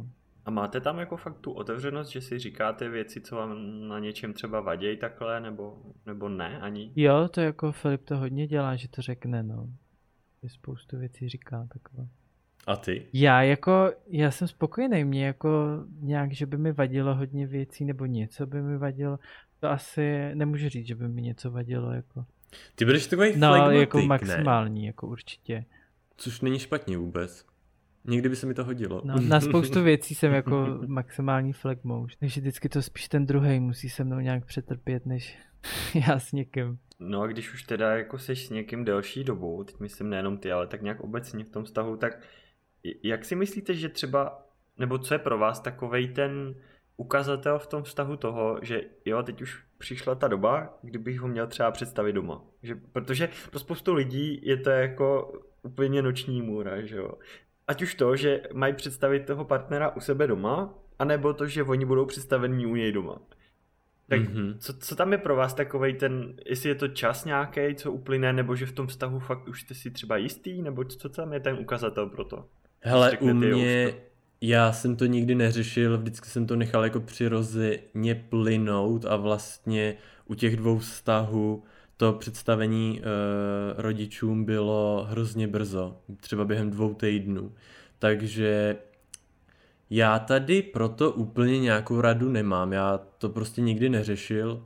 [SPEAKER 1] A máte tam jako fakt tu otevřenost, že si říkáte věci, co vám na něčem třeba vadějí takhle, nebo ne ani?
[SPEAKER 2] Jo, to jako Filip to hodně dělá, že to řekne, no. Je spoustu věcí říká takhle.
[SPEAKER 3] A ty?
[SPEAKER 2] Já jsem spokojený, mě jako nějak, že by mi vadilo hodně věcí, nebo něco by mi vadilo, to asi nemůžu říct, že by mi něco vadilo, jako.
[SPEAKER 3] Ty budeš takový flegmatik,
[SPEAKER 2] jako maximální, ne? Jako určitě.
[SPEAKER 3] Což není špatně vůbec. Někdy by se mi to hodilo.
[SPEAKER 2] No, na spoustu věcí jsem jako maximální flegmouš, takže vždycky to spíš ten druhej musí se mnou nějak přetrpět, než já s někým.
[SPEAKER 1] No a když už teda jako seš s někým delší dobu, teď myslím nejenom ty, ale tak nějak obecně v tom vztahu, tak jak si myslíte, že třeba, nebo co je pro vás takovej ten ukazatel v tom vztahu toho, že jo, teď už přišla ta doba, kdybych ho měl třeba představit doma. Protože pro spoustu lidí je to jako úplně noční můra, že jo. Ať už to, že mají představit toho partnera u sebe doma, anebo to, že oni budou představení u něj doma. Tak co tam je pro vás takovej ten, jestli je to čas nějaký, co uplyne, nebo že v tom vztahu fakt už jste si třeba jistý, nebo co tam je ten ukazatel pro to?
[SPEAKER 3] Hele, u mě, já jsem to nikdy neřešil, vždycky jsem to nechal jako přirozeně plynout a vlastně u těch dvou vztahů to představení rodičům bylo hrozně brzo, třeba během 2 týdnů. Takže já tady proto úplně nějakou radu nemám, já to prostě nikdy neřešil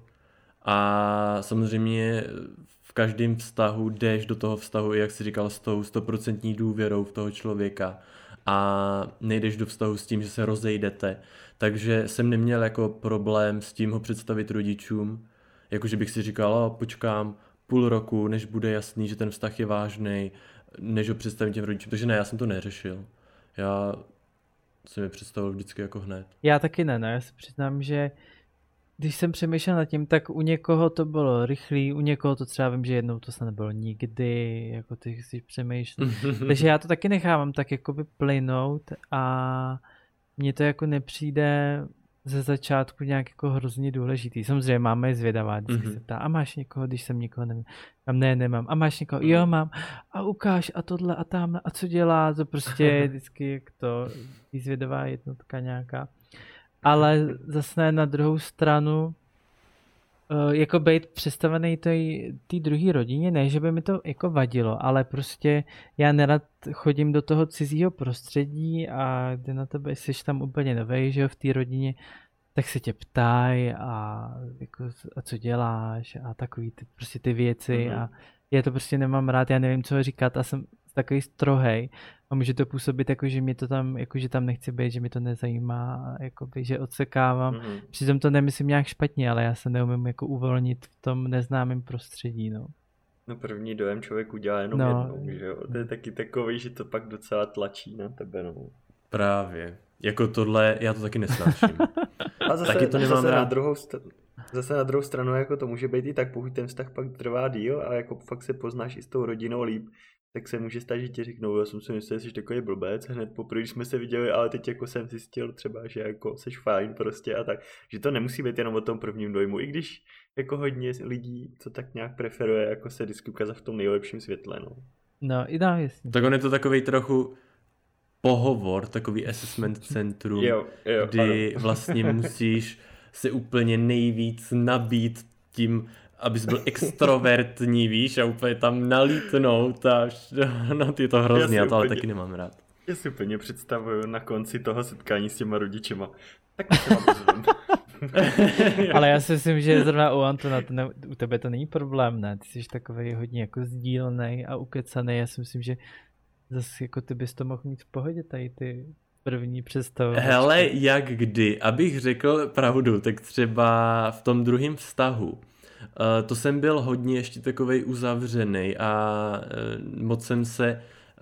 [SPEAKER 3] a samozřejmě v každém vztahu jdeš do toho vztahu, jak jsi říkal, s tou 100% důvěrou v toho člověka a nejdeš do vztahu s tím, že se rozejdete, takže jsem neměl jako problém s tím ho představit rodičům, jakože bych si říkal, počkám půl roku, než bude jasný, že ten vztah je vážnej, než ho představím těm rodičům, takže ne, já jsem to neřešil. Já jsem je představil vždycky jako hned.
[SPEAKER 2] Já taky ne, no. Já si přiznám, že když jsem přemýšlel nad tím, tak u někoho to bylo rychlý, u někoho to třeba vím, že jednou to se nebylo nikdy, jako ty si přemýšlel. Takže já to taky nechávám tak jakoby plynout a mně to jako nepřijde ze začátku nějak jako hrozně důležitý. Samozřejmě máme zvědavá, vždycky se ptá, a máš někoho, když jsem někoho nemám. Ne, nemám. A máš někoho? Jo, mám. A ukáž, a tohle, a tamhle, a co dělá? To prostě vždycky jak to, zvědavá jednotka nějaká. Ale zase na druhou stranu, jako být představený té druhé rodině, ne, že by mi to jako vadilo, ale prostě já nerad chodím do toho cizího prostředí a kdy na tebe jsi tam úplně novej, že jo, v té rodině, tak se tě ptají a, jako, a co děláš a takový prostě ty věci a já to prostě nemám rád, já nevím, co říkat a jsem takový strohej a může to působit jako, že mě to tam, jako, že tam nechci být, že mi to nezajímá, jakoby, že odsekávám. Přitom to nemyslím nějak špatně, ale já se neumím jako uvolnit v tom neznámém prostředí, no.
[SPEAKER 1] No první dojem člověk udělá jenom jednou, že jo. To je taky takový, že to pak docela tlačí na tebe, no.
[SPEAKER 3] Právě. Jako tohle, já to taky nesnáším.
[SPEAKER 1] A zase, taky to nemám rád. Zase na druhou stranu jako to může být i tak, pokud ten vztah pak trvá díl a jako fakt se poznáš i s tou rodinou líp, tak se může stát, že ti řeknou, já jsem si myslel, že jsi takový blbec, hned poprvé, když jsme se viděli, ale teď jako jsem zjistil třeba, že jako seš fajn prostě a tak, že to nemusí být jenom o tom prvním dojmu, i když jako hodně lidí, co tak nějak preferuje, jako se vždycky ukázat v tom nejlepším světle, no.
[SPEAKER 2] No, i dám, jasně.
[SPEAKER 3] Tak on je to takovej trochu pohovor, takový assessment centrum, kdy vlastně musíš se úplně nejvíc nabít tím, abys byl extrovertní, víš, a úplně tam nalítnout a no, je to hrozný, já to ale taky nemám rád.
[SPEAKER 1] Já si úplně představuju na konci toho setkání s těma rodičema. Tak se vám ozvem.
[SPEAKER 2] Ale já si myslím, že zrovna u Antona, u tebe to není problém, ne? Ty jsi takový hodně jako sdílnej a ukecanej, já si myslím, že zase jako ty bys to mohl mít v pohodě tady ty první představy.
[SPEAKER 3] Hele, jak kdy, abych řekl pravdu, tak třeba v tom druhém vztahu, to jsem byl hodně ještě takovej uzavřenej a moc jsem se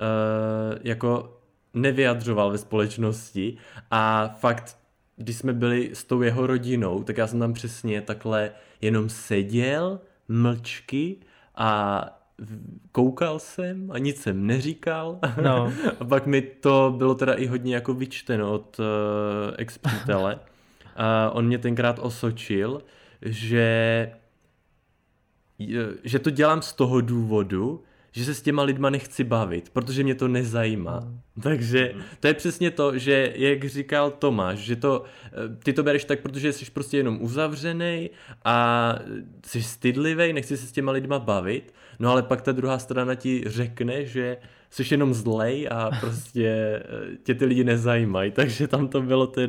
[SPEAKER 3] jako nevyjadřoval ve společnosti a fakt, když jsme byli s tou jeho rodinou, tak já jsem tam přesně takhle jenom seděl, mlčky a koukal jsem a nic jsem neříkal.
[SPEAKER 2] No.
[SPEAKER 3] A pak mi to bylo teda i hodně jako vyčteno od ex-přítele. On mě tenkrát osočil, že to dělám z toho důvodu, že se s těma lidma nechci bavit, protože mě to nezajímá. Takže to je přesně to, že jak říkal Tomáš, že ty to bereš tak, protože jsi prostě jenom uzavřenej a jsi stydlivej, nechci se s těma lidma bavit, no ale pak ta druhá strana ti řekne, že jsi jenom zlej a prostě tě ty lidi nezajímají, takže tam to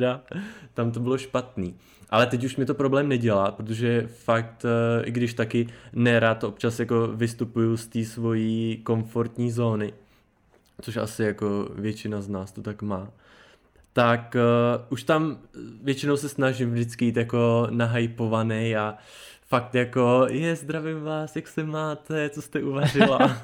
[SPEAKER 3] bylo špatný. Ale teď už mi to problém nedělá, protože fakt, i když taky nerad občas jako vystupuju z té svojí komfortní zóny, což asi jako většina z nás to tak má, tak už tam většinou se snažím vždycky jít jako nahypovaný a fakt jako zdravím vás, jak se máte, co jste uvařila.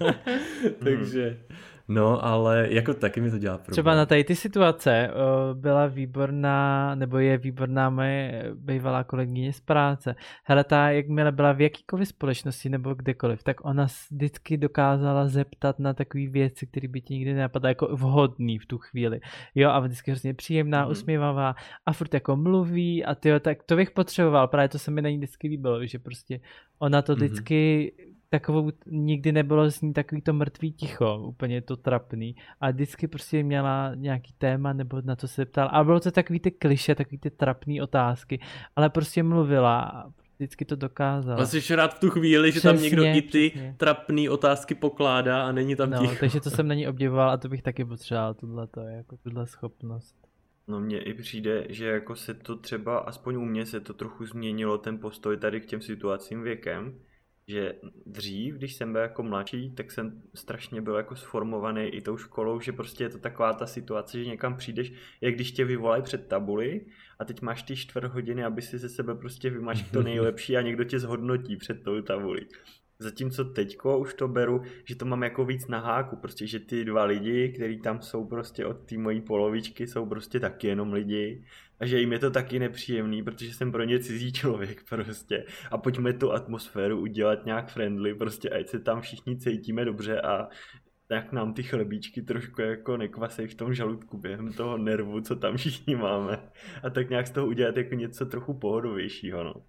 [SPEAKER 3] Takže no, ale jako taky mi to dělá problém.
[SPEAKER 2] Třeba na tady ty situace byla výborná, nebo je výborná moje bývalá kolegyně z práce. Hele, ta, jakmile byla v jakýkoliv společnosti nebo kdekoliv, tak ona vždycky dokázala zeptat na takové věci, které by ti nikdy nenapadly, jako vhodný v tu chvíli. Jo, a vždycky hrozně příjemná, usměvavá a furt jako mluví a tyjo, tak to bych potřeboval, právě to se mi na ní vždycky líbilo, že prostě ona to vždycky takovou, nikdy nebylo s ní takový to mrtvý ticho, úplně to trapný. A vždycky prostě měla nějaký téma, nebo na to se ptala. A bylo to takový ty kliše, takový ty trapný otázky, ale prostě mluvila a vždycky to dokázala.
[SPEAKER 3] A jsi rád v tu chvíli, že tam někdo i ty trapný otázky pokládá a není tam ticho.
[SPEAKER 2] Takže to jsem na ní obdivoval a to bych taky potřeboval, tuhle schopnost.
[SPEAKER 1] No mně i přijde, že jako se to třeba, aspoň u mě se to trochu změnilo ten postoj tady k těm situacím věkem, že dřív, když jsem byl jako mladší, tak jsem strašně byl jako sformovaný i tou školou, že prostě je to taková ta situace, že někam přijdeš, jak když tě vyvolají před tabuli a teď máš ty 4 hodiny, aby si ze sebe prostě vymažil to nejlepší a někdo tě zhodnotí před tou tabulí. Zatímco teďko už to beru, že to mám jako víc na háku, prostě, že ty 2 lidi, kteří tam jsou prostě od té mojí polovičky, jsou prostě taky jenom lidi a že jim je to taky nepříjemný, protože jsem pro ně cizí člověk prostě a pojďme tu atmosféru udělat nějak friendly, prostě ať se tam všichni cítíme dobře a tak nám ty chlebíčky trošku jako nekvasej v tom žaludku během toho nervu, co tam všichni máme a tak nějak z toho udělat jako něco trochu pohodovějšího, no.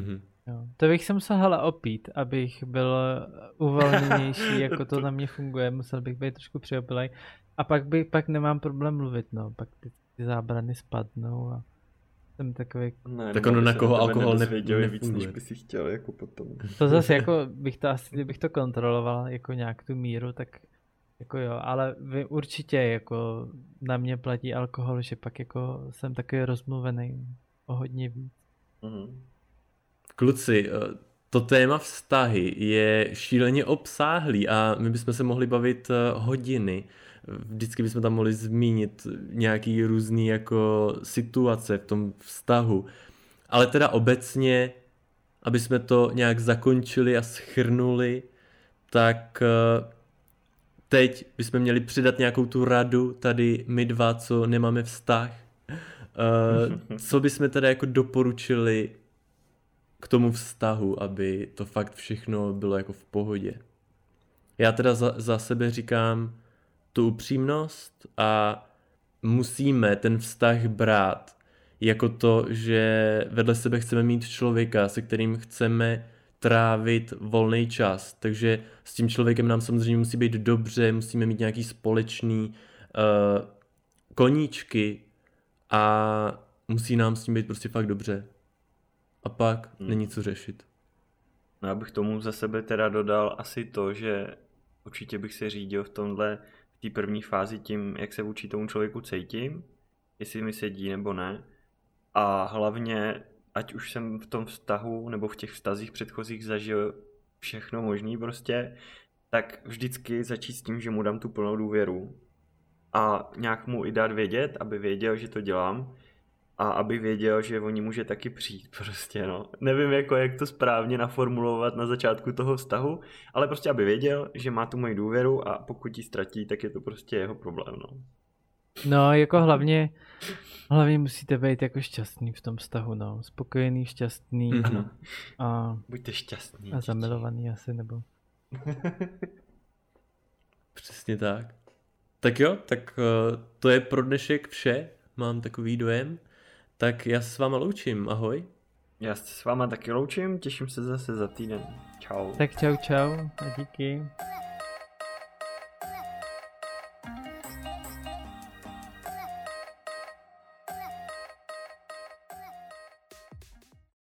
[SPEAKER 2] Jo. To bych se musel hele opít, abych byl uvolněnější, jako to na mě funguje, musel bych být trošku přiopilej a pak nemám problém mluvit, no, pak ty zábrany spadnou a jsem takový...
[SPEAKER 3] Ne, tak ono na koho alkohol
[SPEAKER 1] nefunguje víc, než by si chtěl, jako potom.
[SPEAKER 2] To zase jako kdybych to kontroloval jako nějak tu míru, tak jako jo, ale vy určitě jako na mě platí alkohol, že pak jako jsem takový rozmluvený o hodně víc.
[SPEAKER 3] Kluci, to téma vztahy je šíleně obsáhlý a my bychom se mohli bavit hodiny. Vždycky bychom tam mohli zmínit nějaký různý jako situace v tom vztahu. Ale teda obecně, aby jsme to nějak zakončili a shrnuli, tak teď bychom měli přidat nějakou tu radu tady my 2, co nemáme vztah. Co bychom teda jako doporučili k tomu vztahu, aby to fakt všechno bylo jako v pohodě. Já teda za sebe říkám tu upřímnost a musíme ten vztah brát jako to, že vedle sebe chceme mít člověka, se kterým chceme trávit volný čas. Takže s tím člověkem nám samozřejmě musí být dobře, musíme mít nějaký společný koníčky a musí nám s tím být prostě fakt dobře. A pak není co řešit.
[SPEAKER 1] No, já bych tomu za sebe teda dodal asi to, že určitě bych se řídil v té první fázi tím, jak se vůči tomu člověku cítím, jestli mi sedí nebo ne. A hlavně, ať už jsem v tom vztahu nebo v těch vztazích předchozích zažil všechno možný prostě, tak vždycky začít s tím, že mu dám tu plnou důvěru a nějak mu i dát vědět, aby věděl, že to dělám a aby věděl, že o ní může taky přijít prostě, no. Nevím jako, jak to správně naformulovat na začátku toho vztahu, ale prostě aby věděl, že má tu moji důvěru a pokud ji ztratí, tak je to prostě jeho problém, no.
[SPEAKER 2] No, jako hlavně musíte být jako šťastný v tom vztahu, no. Spokojený, šťastný a
[SPEAKER 1] buďte šťastný.
[SPEAKER 2] A zamilovaný asi, nebo...
[SPEAKER 3] Přesně tak. Tak jo, tak to je pro dnešek vše, mám takový dojem. Tak já se s váma loučím, ahoj.
[SPEAKER 1] Já se s váma taky loučím, těším se zase za týden. Čau.
[SPEAKER 2] Tak čau a díky.